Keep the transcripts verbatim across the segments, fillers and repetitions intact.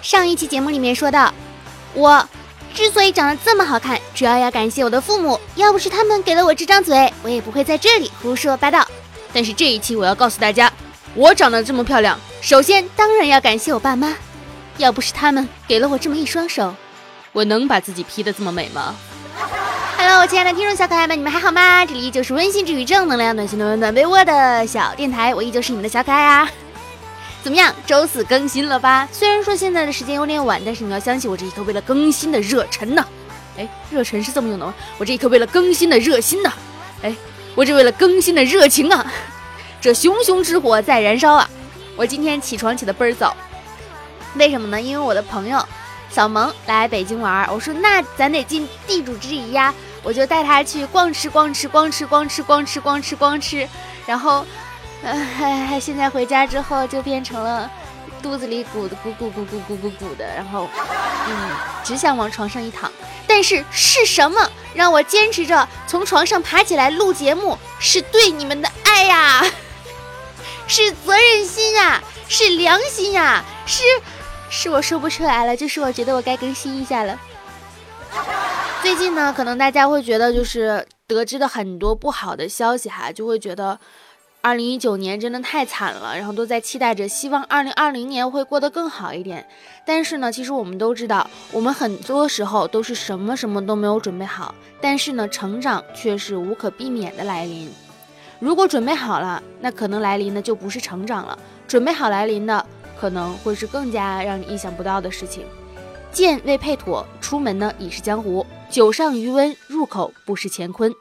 上一期节目里面说到，我之所以长得这么好看，主要要感谢我的父母，要不是他们给了我这张嘴，我也不会在这里胡说八道。但是这一期我要告诉大家，我长得这么漂亮，首先当然要感谢我爸妈，要不是他们给了我这么一双手，我能把自己 P 得这么美吗？ Hello， 亲爱的听众小可爱们，你们还好吗？这里依旧是温馨治愈正能量暖心暖暖被窝的小电台，我依旧是你们的小可爱啊。怎么样，周四更新了吧？虽然说现在的时间有点晚，但是你要相信我这一颗为了更新的热忱呢。哎，热忱是这么用的吗？我这一颗为了更新的热心呢。哎，我这为了更新的热情啊，这熊熊之火在燃烧啊！我今天起床起得倍儿早，为什么呢？因为我的朋友小萌来北京玩，我说那咱得尽地主之谊呀，我就带他去逛吃逛吃逛吃逛吃逛吃逛吃逛吃，然后呃，现在回家之后就变成了肚子里鼓的鼓鼓鼓鼓鼓鼓鼓的，然后嗯，只想往床上一躺。但是是什么让我坚持着从床上爬起来录节目？是对你们的爱呀，是责任心呀，是良心呀，是是我说不出来了，就是我觉得我该更新一下了。最近呢，可能大家会觉得就是得知的很多不好的消息哈，就会觉得二零一九年真的太惨了，然后都在期待着希望二零二零年会过得更好一点。但是呢，其实我们都知道，我们很多时候都是什么什么都没有准备好，但是呢，成长却是无可避免的来临。如果准备好了，那可能来临的就不是成长了，准备好来临的可能会是更加让你意想不到的事情。剑未配妥，出门呢已是江湖，酒上余温，入口不是乾坤。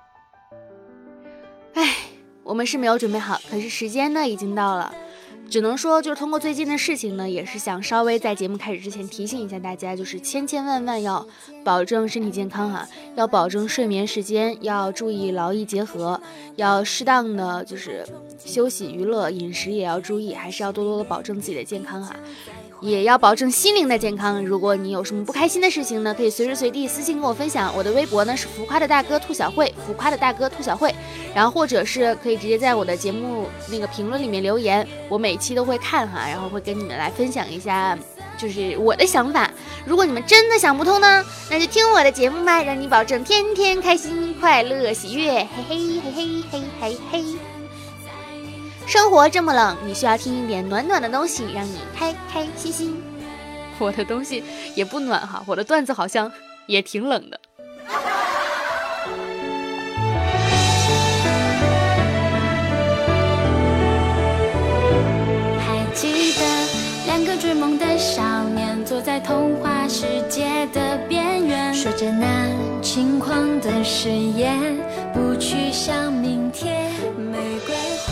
唉，我们是没有准备好，可是时间呢已经到了，只能说就是通过最近的事情呢，也是想稍微在节目开始之前提醒一下大家，就是千千万万要保证身体健康哈，要保证睡眠时间，要注意劳逸结合，要适当的就是休息娱乐，饮食也要注意，还是要多多的保证自己的健康哈。也要保证心灵的健康。如果你有什么不开心的事情呢，可以随时随地私信跟我分享。我的微博呢是浮夸的大哥兔小慧，浮夸的大哥兔小慧。然后或者是可以直接在我的节目那个评论里面留言，我每期都会看哈，然后会跟你们来分享一下就是我的想法。如果你们真的想不通呢，那就听我的节目吧，让你保证天天开心快乐喜悦，嘿嘿嘿嘿嘿嘿嘿。生活这么冷，你需要听一点暖暖的东西，让你开开心心。我的东西也不暖哈，我的段子好像也挺冷的。 还记得两个追梦的少年，坐在童话世界的边缘，说着那轻狂的誓言，不去想明天。玫瑰花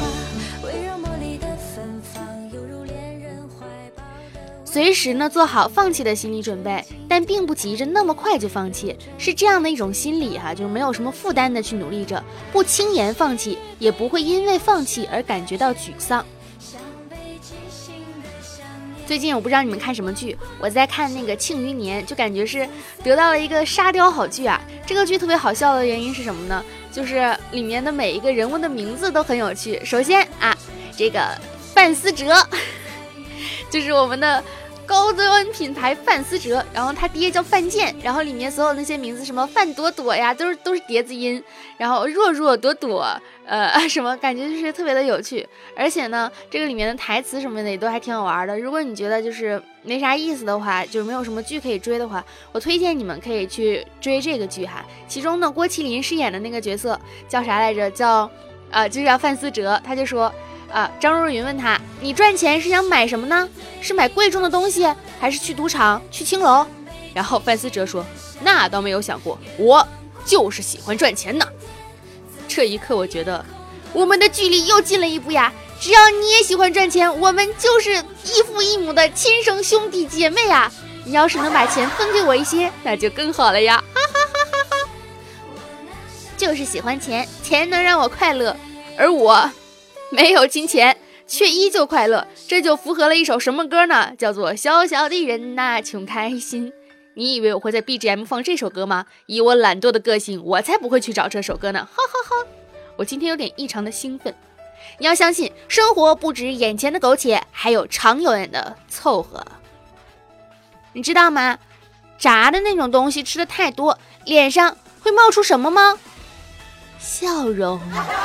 随时呢做好放弃的心理准备，但并不急着那么快就放弃，是这样的一种心理哈，就是没有什么负担的去努力着，不轻言放弃，也不会因为放弃而感觉到沮丧。最近我不知道你们看什么剧，我在看那个《庆余年》，就感觉是得到了一个沙雕好剧啊。这个剧特别好笑的原因是什么呢？就是里面的每一个人物的名字都很有趣。首先啊，这个范思哲就是我们的高端品牌范思哲，然后他爹叫范建，然后里面所有那些名字什么范朵朵呀，都是都是叠字音，然后若若朵朵，呃，什么感觉就是特别的有趣，而且呢，这个里面的台词什么的也都还挺好玩的。如果你觉得就是没啥意思的话，就是没有什么剧可以追的话，我推荐你们可以去追这个剧哈。其中呢，郭麒麟饰演的那个角色叫啥来着？叫啊、呃，就叫范思哲，他就说。啊，张若昀问他，你赚钱是想买什么呢？是买贵重的东西，还是去赌场去青楼？然后范思哲说，那倒没有想过，我就是喜欢赚钱呢。这一刻我觉得我们的距离又近了一步呀，只要你也喜欢赚钱，我们就是异父异母的亲生兄弟姐妹呀。你要是能把钱分给我一些，那就更好了呀，哈哈哈哈哈。就是喜欢钱，钱能让我快乐，而我没有金钱却依旧快乐，这就符合了一首什么歌呢？叫做小小的人呐穷开心。你以为我会在 B G M 放这首歌吗？以我懒惰的个性，我才不会去找这首歌呢，哈哈哈。我今天有点异常的兴奋。你要相信，生活不止眼前的苟且，还有长远的凑合。 你知道吗？炸的那种东西吃的太多，脸上会冒出什么吗？笑容。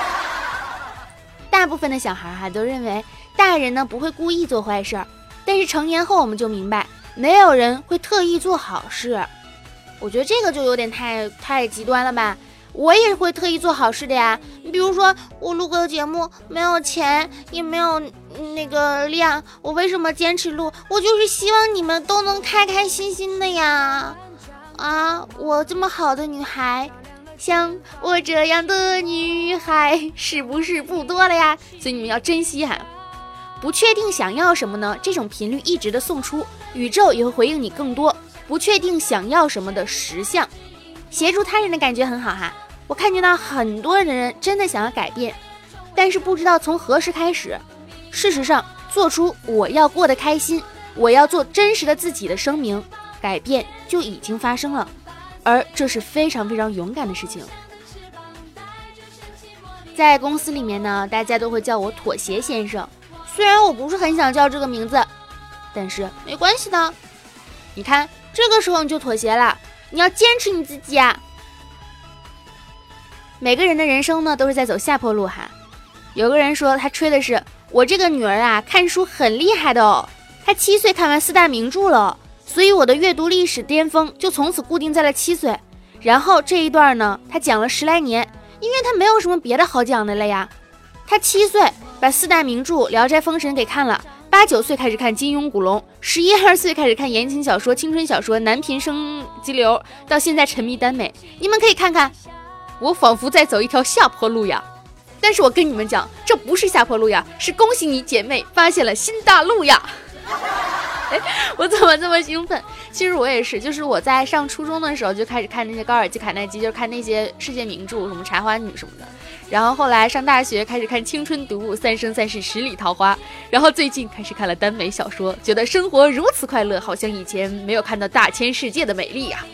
大部分的小孩哈都认为大人呢不会故意做坏事儿，但是成年后我们就明白，没有人会特意做好事。我觉得这个就有点太太极端了吧。我也会特意做好事的呀，比如说我录个节目没有钱也没有那个量，我为什么坚持录？我就是希望你们都能开开心心的呀。啊，我这么好的女孩，像我这样的女孩是不是不多了呀？所以你们要珍惜哈。不确定想要什么呢？这种频率一直的送出，宇宙也会回应你更多不确定想要什么的实相。协助他人的感觉很好哈，我看见到很多人真的想要改变，但是不知道从何时开始。事实上，做出我要过得开心，我要做真实的自己的声明，改变就已经发生了，而这是非常非常勇敢的事情。在公司里面呢，大家都会叫我妥协先生，虽然我不是很想叫这个名字，但是没关系的。你看，这个时候你就妥协了，你要坚持你自己啊。每个人的人生呢都是在走下坡路哈。有个人说他吹的是我这个女儿啊看书很厉害的哦，她七岁看完四大名著了，所以我的阅读历史巅峰就从此固定在了七岁。然后这一段呢他讲了十来年，因为他没有什么别的好讲的了呀。他七岁把四大名著《聊斋封神》给看了，八九岁开始看金庸古龙，十一二岁开始看言情小说、青春小说、男频生激流，到现在沉迷耽美。你们可以看看，我仿佛在走一条下坡路呀。但是我跟你们讲，这不是下坡路呀，是恭喜你姐妹发现了新大陆呀。哎，我怎么这么兴奋？其实我也是，就是我在上初中的时候就开始看那些高尔基、卡耐基，就是看那些世界名著，什么茶花女什么的。然后后来上大学开始看青春读物、三生三世十里桃花，然后最近开始看了耽美小说，觉得生活如此快乐，好像以前没有看到大千世界的美丽呀。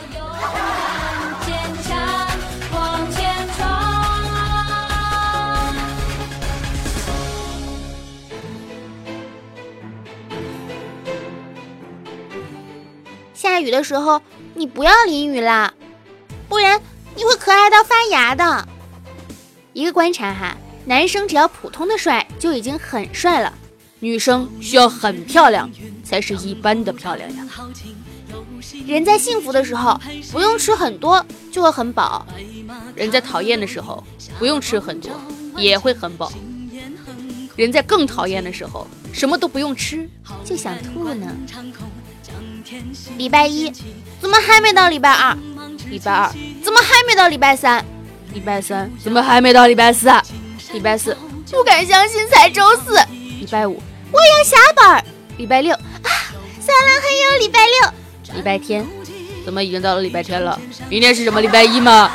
下雨的时候你不要淋雨啦，不然你会可爱到发芽的。一个观察哈，男生只要普通的帅就已经很帅了，女生需要很漂亮才是一般的漂亮呀。人在幸福的时候不用吃很多就会很饱，人在讨厌的时候不用吃很多也会很饱，人在更讨厌的时候什么都不用吃就想吐呢。礼拜一怎么还没到礼拜二？礼拜二怎么还没到礼拜三？礼拜三怎么还没到礼拜四？礼拜四不敢相信才周四。礼拜五我要下班。礼拜六啊，算了，还有礼拜六。礼拜天怎么已经到了礼拜天了？明天是什么礼拜一吗？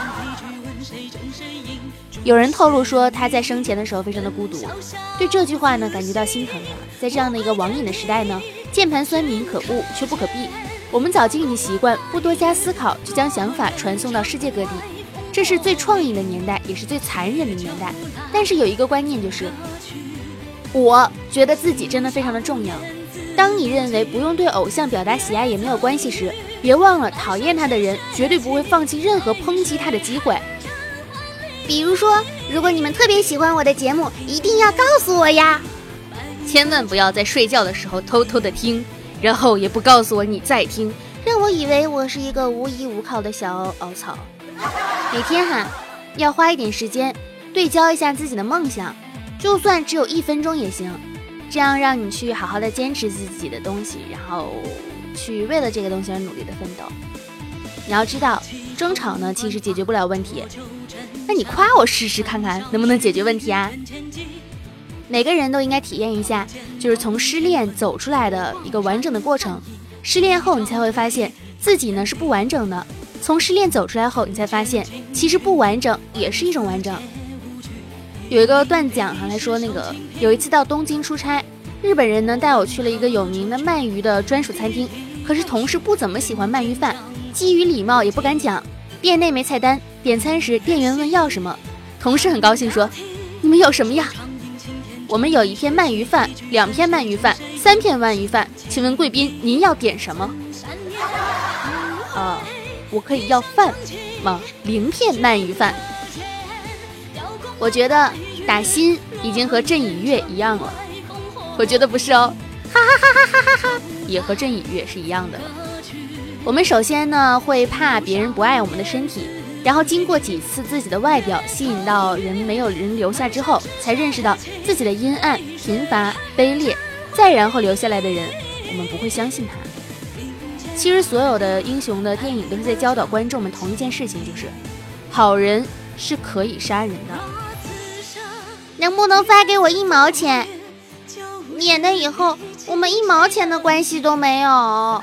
有人透露说他在生前的时候非常的孤独，对这句话呢感觉到心疼了。在这样的一个网瘾的时代呢，键盘酸民可恶却不可避，我们早就已经习惯不多加思考就将想法传送到世界各地，这是最创意的年代，也是最残忍的年代。但是有一个观念，就是我觉得自己真的非常的重要。当你认为不用对偶像表达喜爱也没有关系时，别忘了讨厌他的人绝对不会放弃任何抨击他的机会。比如说，如果你们特别喜欢我的节目，一定要告诉我呀。千万不要在睡觉的时候偷偷的听，然后也不告诉我你在听，让我以为我是一个无依无靠的小凹槽。每天哈，要花一点时间对焦一下自己的梦想，就算只有一分钟也行，这样让你去好好的坚持自己的东西，然后去为了这个东西而努力的奋斗。你要知道，争吵呢其实解决不了问题，那你夸我试试看看能不能解决问题啊。每个人都应该体验一下，就是从失恋走出来的一个完整的过程。失恋后你才会发现自己呢是不完整的，从失恋走出来后你才发现其实不完整也是一种完整。有一个段子讲哈，他说那个有一次到东京出差，日本人呢带我去了一个有名的鳗鱼的专属餐厅，可是同事不怎么喜欢鳗鱼饭，基于礼貌也不敢讲，店内没菜单，点餐时店员问要什么，同事很高兴说你们有什么呀？我们有一片鳗鱼饭，两片鳗鱼饭，三片鳗鱼饭，请问贵宾您要点什么？ 啊，我可以要饭吗？鳞片鳗鱼饭。我觉得打心已经和郑以月一样了，我觉得不是哦，哈哈哈哈哈哈，也和郑以月是一样的了。我们首先呢会怕别人不爱我们的身体，然后经过几次自己的外表吸引到人没有人留下之后，才认识到自己的阴暗、贫乏、卑劣，再然后留下来的人，我们不会相信他。其实所有的英雄的电影都是在教导观众们同一件事情，就是好人是可以杀人的。能不能发给我一毛钱，免得以后我们一毛钱的关系都没有。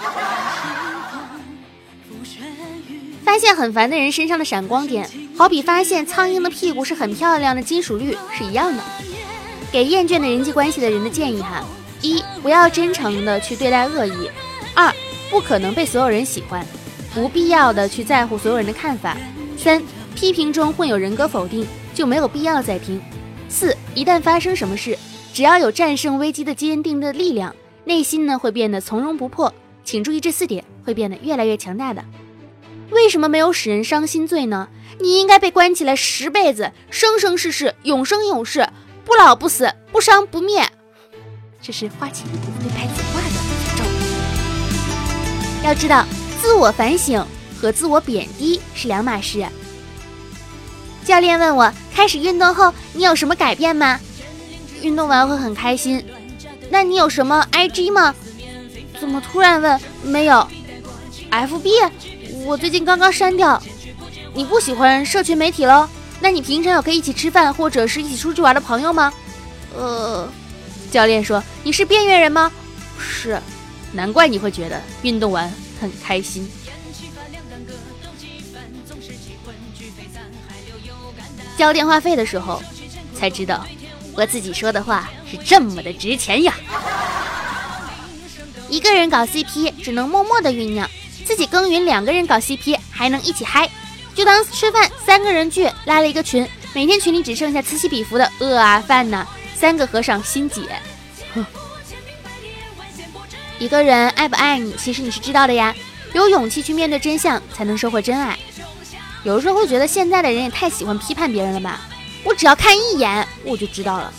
发现很烦的人身上的闪光点，好比发现苍蝇的屁股是很漂亮的金属绿是一样的。给厌倦的人际关系的人的建议哈：一、不要真诚的去对待恶意；二、不可能被所有人喜欢，不必要的去在乎所有人的看法；三、批评中混有人格否定，就没有必要再听；四、一旦发生什么事，只要有战胜危机的坚定的力量，内心呢会变得从容不迫。请注意这四点会变得越来越强大的。为什么没有使人伤心罪呢？你应该被关起来十辈子，生生世世，永生永世，不老不死，不伤不灭。这是花千骨对拍子画的诅咒。要知道，自我反省和自我贬低是两码事。教练问我，开始运动后你有什么改变吗？运动完会很开心。那你有什么 I G 吗？怎么突然问？没有。F B？我最近刚刚删掉。你不喜欢社群媒体了？那你平常有可以一起吃饭或者是一起出去玩的朋友吗？呃，教练说，你是边缘人吗？是。难怪你会觉得运动完很开心。交电话费的时候才知道，我自己说的话是这么的值钱呀。一个人搞 C P 只能默默的酝酿，自己耕耘，两个人搞 C P 还能一起嗨。就当吃饭，三个人聚，拉了一个群，每天群里只剩下此起彼伏的饿啊饭呐、啊，三个和尚心解。哼，一个人爱不爱你，其实你是知道的呀。有勇气去面对真相，才能收获真爱。有的时候会觉得现在的人也太喜欢批判别人了吧？我只要看一眼，我就知道了。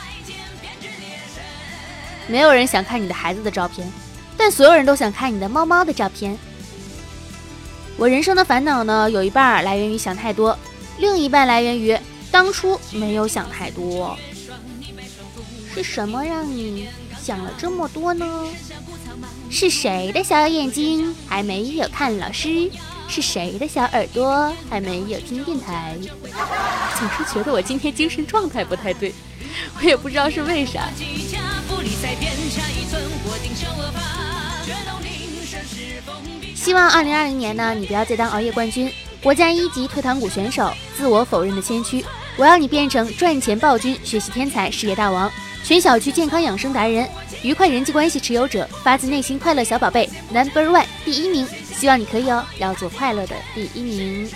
没有人想看你的孩子的照片，但所有人都想看你的猫猫的照片。我人生的烦恼呢，有一半来源于想太多，另一半来源于当初没有想太多。是什么让你想了这么多呢？是谁的小眼睛还没有看老师？是谁的小耳朵还没有听电台？总是觉得我今天精神状态不太对，我也不知道是为啥。希望二零二零年呢，你不要再当熬夜冠军，国家一级退堂鼓选手，自我否认的先驱。我要你变成赚钱暴君，学习天才，事业大王，全小区健康养生达人，愉快人际关系持有者，发自内心快乐小宝贝 ，Number One 第一名。希望你可以哦，要做快乐的第一名。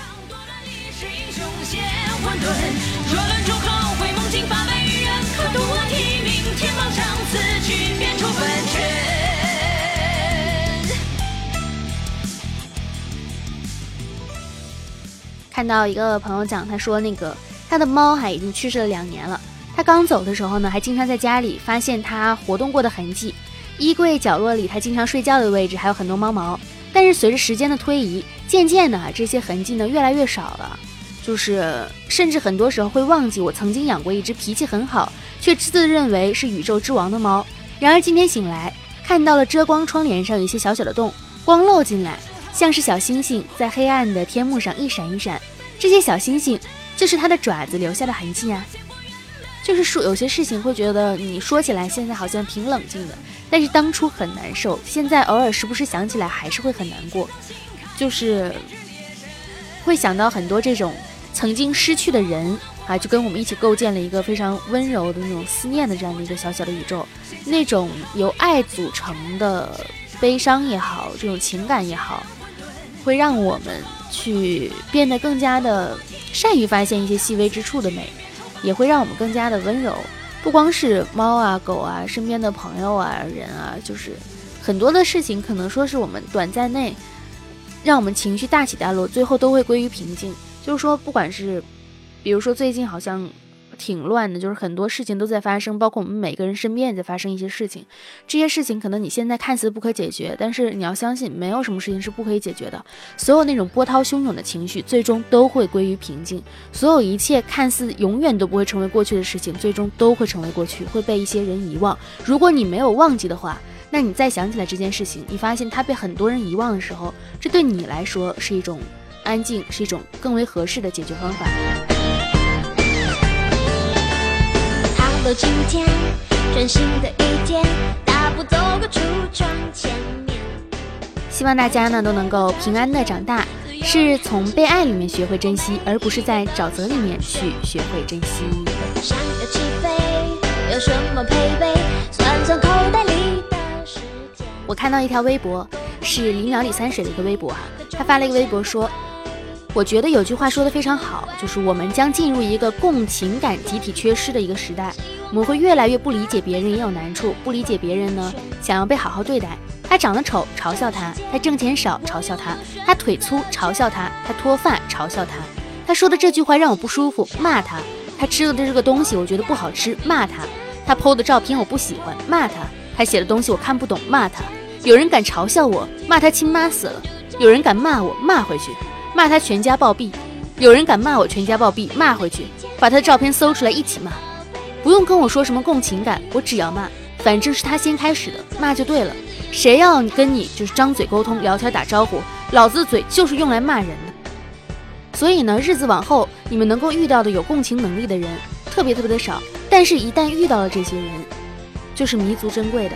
看到一个朋友讲，他说那个他的猫还已经去世了两年了。他刚走的时候呢，还经常在家里发现他活动过的痕迹，衣柜角落里他经常睡觉的位置还有很多猫毛。但是随着时间的推移，渐渐的这些痕迹呢越来越少了，就是甚至很多时候会忘记我曾经养过一只脾气很好却自认为是宇宙之王的猫。然而今天醒来，看到了遮光窗帘上有一些小小的洞，光漏进来，像是小星星在黑暗的天幕上一闪一闪，这些小星星就是它的爪子留下的痕迹啊。就是说有些事情会觉得你说起来现在好像挺冷静的，但是当初很难受，现在偶尔时不时想起来还是会很难过，就是会想到很多这种曾经失去的人啊，就跟我们一起构建了一个非常温柔的那种思念的这样的一个小小的宇宙，那种由爱组成的悲伤也好，这种情感也好，会让我们去变得更加的善于发现一些细微之处的美，也会让我们更加的温柔。不光是猫啊狗啊，身边的朋友啊人啊，就是很多的事情可能说是我们短暂内让我们情绪大起大落，最后都会归于平静。就是说不管是比如说最近好像挺乱的，就是很多事情都在发生，包括我们每个人身边也在发生一些事情。这些事情可能你现在看似不可解决，但是你要相信没有什么事情是不可以解决的。所有那种波涛汹涌的情绪最终都会归于平静，所有一切看似永远都不会成为过去的事情最终都会成为过去，会被一些人遗忘。如果你没有忘记的话，那你再想起来这件事情，你发现它被很多人遗忘的时候，这对你来说是一种安静，是一种更为合适的解决方法。 今天全新的一天，大步走过橱窗前面。 希望大家呢都能够平安的长大，是从被爱里面学会珍惜，而不是在沼泽里面去学会珍惜。 想要起飞，有什么配备？算算口袋里的时间。 我看到一条微博，是李淼李三水的一个微博哈，他发了一个微博说，我觉得有句话说得非常好，就是我们将进入一个共情感集体缺失的一个时代，我们会越来越不理解别人也有难处，不理解别人呢想要被好好对待。他长得丑，嘲笑他；他挣钱少，嘲笑他；他腿粗，嘲笑他；他脱发，嘲笑他。他说的这句话让我不舒服，骂他；他吃的这个东西我觉得不好吃，骂他；他 P O 的照片我不喜欢，骂他；他写的东西我看不懂，骂他。有人敢嘲笑我，骂他亲妈死了；有人敢骂我，骂回去，骂他全家暴毙；有人敢骂我全家暴毙，骂回去，把他的照片搜出来一起骂。不用跟我说什么共情感，我只要骂，反正是他先开始的，骂就对了。谁要跟你就是张嘴沟通聊天打招呼，老子的嘴就是用来骂人的。所以呢，日子往后你们能够遇到的有共情能力的人特别特别的少，但是一旦遇到了这些人，就是弥足珍贵的。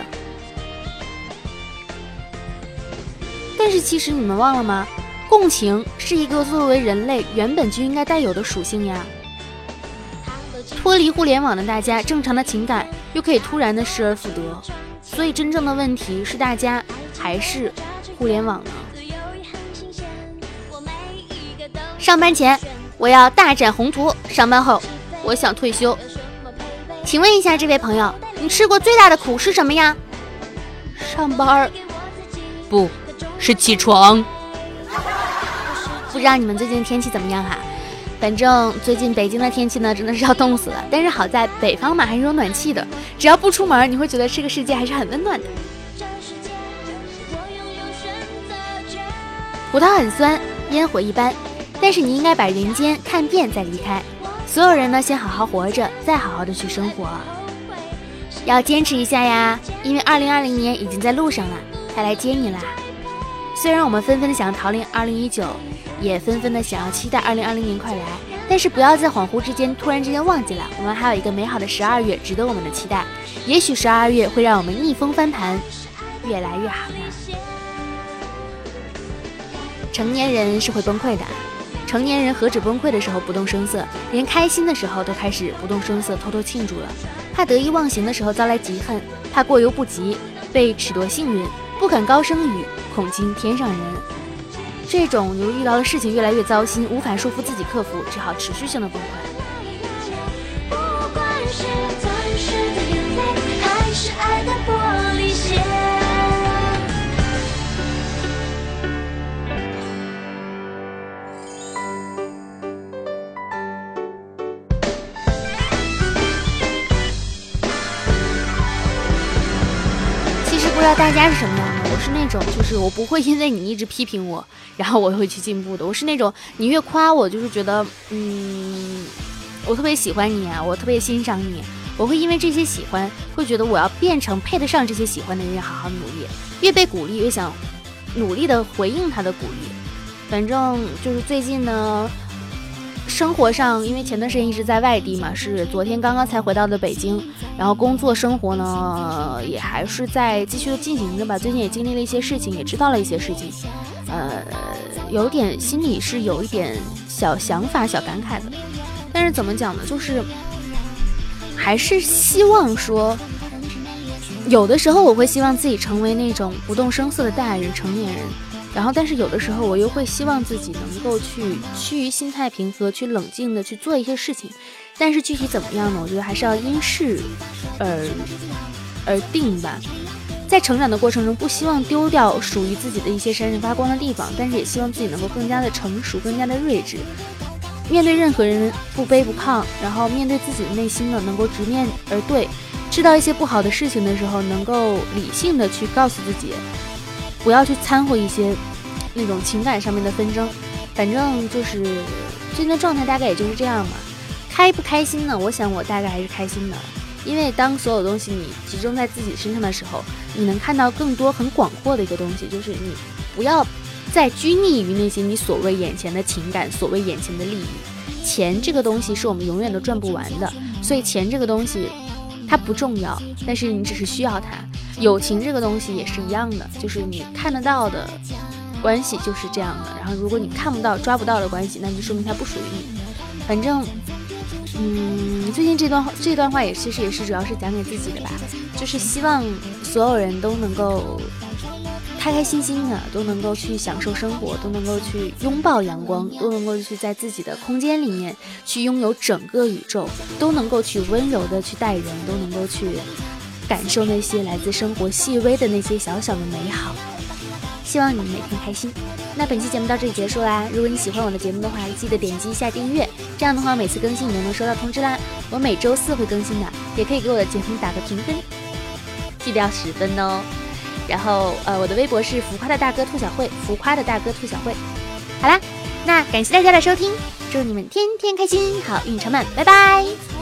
但是其实你们忘了吗？共情是一个作为人类原本就应该带有的属性呀。脱离互联网的大家，正常的情感又可以突然的失而复得，所以真正的问题是大家还是互联网呢？上班前我要大展宏图，上班后我想退休。请问一下这位朋友，你吃过最大的苦是什么呀？上班，不是起床。不知道你们最近天气怎么样哈？反正最近北京的天气呢，真的是要冻死了。但是好在北方嘛，还是有暖气的，只要不出门，你会觉得这个世界还是很温暖的。葡萄很酸，烟火一般，但是你应该把人间看遍再离开。所有人呢，先好好活着，再好好的去生活，要坚持一下呀，因为二零二零年已经在路上了，他来接你啦。虽然我们纷纷的想要逃离二零一九，也纷纷的想要期待二零二零年快来，但是不要在恍惚之间突然之间忘记了，我们还有一个美好的十二月值得我们的期待。也许十二月会让我们逆风翻盘，越来越好呢。成年人是会崩溃的，成年人何止崩溃的时候不动声色，连开心的时候都开始不动声色偷偷庆祝了。怕得意忘形的时候遭来嫉恨，怕过犹不及被褫夺幸运，不敢高声语，恐惊天上人。这种就是遇到的事情越来越糟心，无法说服自己克服，只好持续性的崩溃。 不管是钻石的眼泪，还是爱的玻璃鞋。 其实不知道大家是什么样的，我是那种就是我不会因为你一直批评我，然后我会去进步的。我是那种你越夸我，就是觉得嗯，我特别喜欢你啊，我特别欣赏你，我会因为这些喜欢，会觉得我要变成配得上这些喜欢的人，好好努力。越被鼓励，越想努力的回应他的鼓励。反正就是最近呢，生活上因为前段时间一直在外地嘛，是昨天刚刚才回到的北京，然后工作生活呢也还是在继续的进行着吧。最近也经历了一些事情，也知道了一些事情，呃，有点心里是有一点小想法、小感慨的。但是怎么讲呢，就是还是希望说，有的时候我会希望自己成为那种不动声色的大人、成年人。然后但是有的时候我又会希望自己能够去趋于心态平和，去冷静的去做一些事情。但是具体怎么样呢，我觉得还是要因事而而定吧。 在成长的过程中不希望丢掉属于自己的一些闪闪发光的地方，但是也希望自己能够更加的成熟，更加的睿智，面对任何人不卑不亢，然后面对自己的内心呢能够直面而对，知道一些不好的事情的时候能够理性的去告诉自己，不要去掺和一些那种情感上面的纷争。反正就是最近的状态大概也就是这样嘛。开不开心呢？我想我大概还是开心的，因为当所有东西你集中在自己身上的时候，你能看到更多很广阔的一个东西，就是你不要再拘泥于那些你所谓眼前的情感，所谓眼前的利益。钱这个东西是我们永远都赚不完的，所以钱这个东西它不重要，但是你只是需要它。友情这个东西也是一样的，就是你看得到的关系就是这样的，然后如果你看不到抓不到的关系，那就说明它不属于你。反正嗯，最近这段这段话也其实也是主要是讲给自己的吧，就是希望所有人都能够开开心心的，都能够去享受生活，都能够去拥抱阳光，都能够去在自己的空间里面去拥有整个宇宙，都能够去温柔的去待人，都能够去感受那些来自生活细微的那些小小的美好。希望你们每天开心。那本期节目到这里结束啦，如果你喜欢我的节目的话，记得点击一下订阅，这样的话每次更新你都能收到通知啦。我每周四会更新的，也可以给我的节目打个评分，记得要十分哦。然后呃，我的微博是浮夸的大哥兔小慧，浮夸的大哥兔小慧。好啦，那感谢大家的收听，祝你们天天开心，好运常满，拜拜。